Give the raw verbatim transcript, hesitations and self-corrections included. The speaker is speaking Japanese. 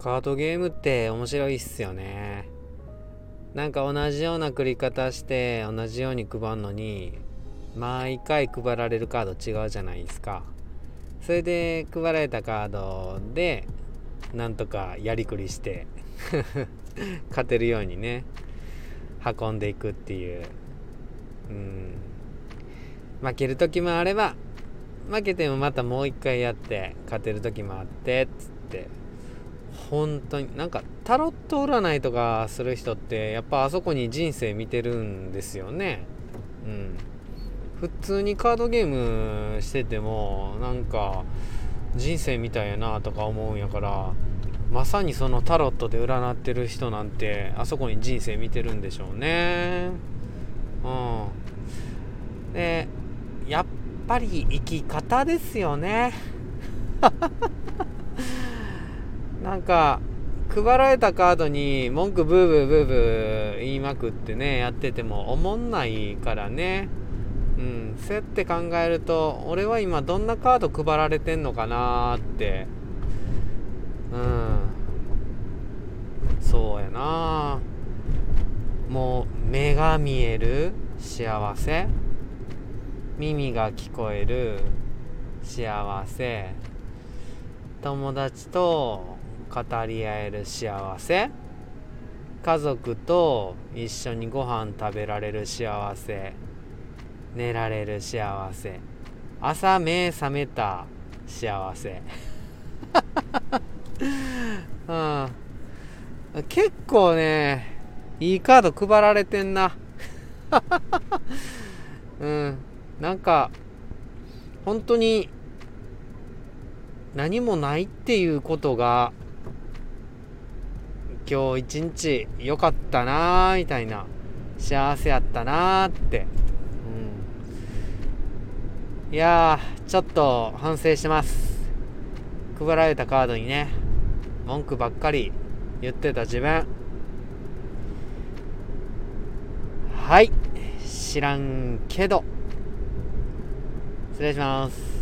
カードゲームって面白いっすよね。なんか同じような繰り方して同じように配るのに毎回配られるカード違うじゃないですか。それで配られたカードでなんとかやりくりして勝てるようにね運んでいくっていう、うん、負ける時もあれば負けてもまたもう一回やって勝てる時もあってっつって、本当になんかタロット占いとかする人ってやっぱあそこに人生見てるんですよね。うん、普通にカードゲームしててもなんか人生みたいやなとか思うんやから、まさにそのタロットで占ってる人なんてあそこに人生見てるんでしょうね。うん。で、やっぱり生き方ですよね。なんか配られたカードに文句ブーブーブーブー言いまくってねやっててもおもんないからね。うん、そうやって考えると俺は今どんなカード配られてんのかなーって、うん、そうやな。もう目が見える幸せ、耳が聞こえる幸せ、友達と語り合える幸せ、家族と一緒にご飯食べられる幸せ、寝られる幸せ、朝目覚めた幸せうん、結構ねいいカード配られてんなうん、なんか本当に何もないっていうことが今日一日良かったなーみたいな、幸せやったなーって、うん、いやーちょっと反省してます。配られたカードにね文句ばっかり言ってた自分、はい知らんけど失礼します。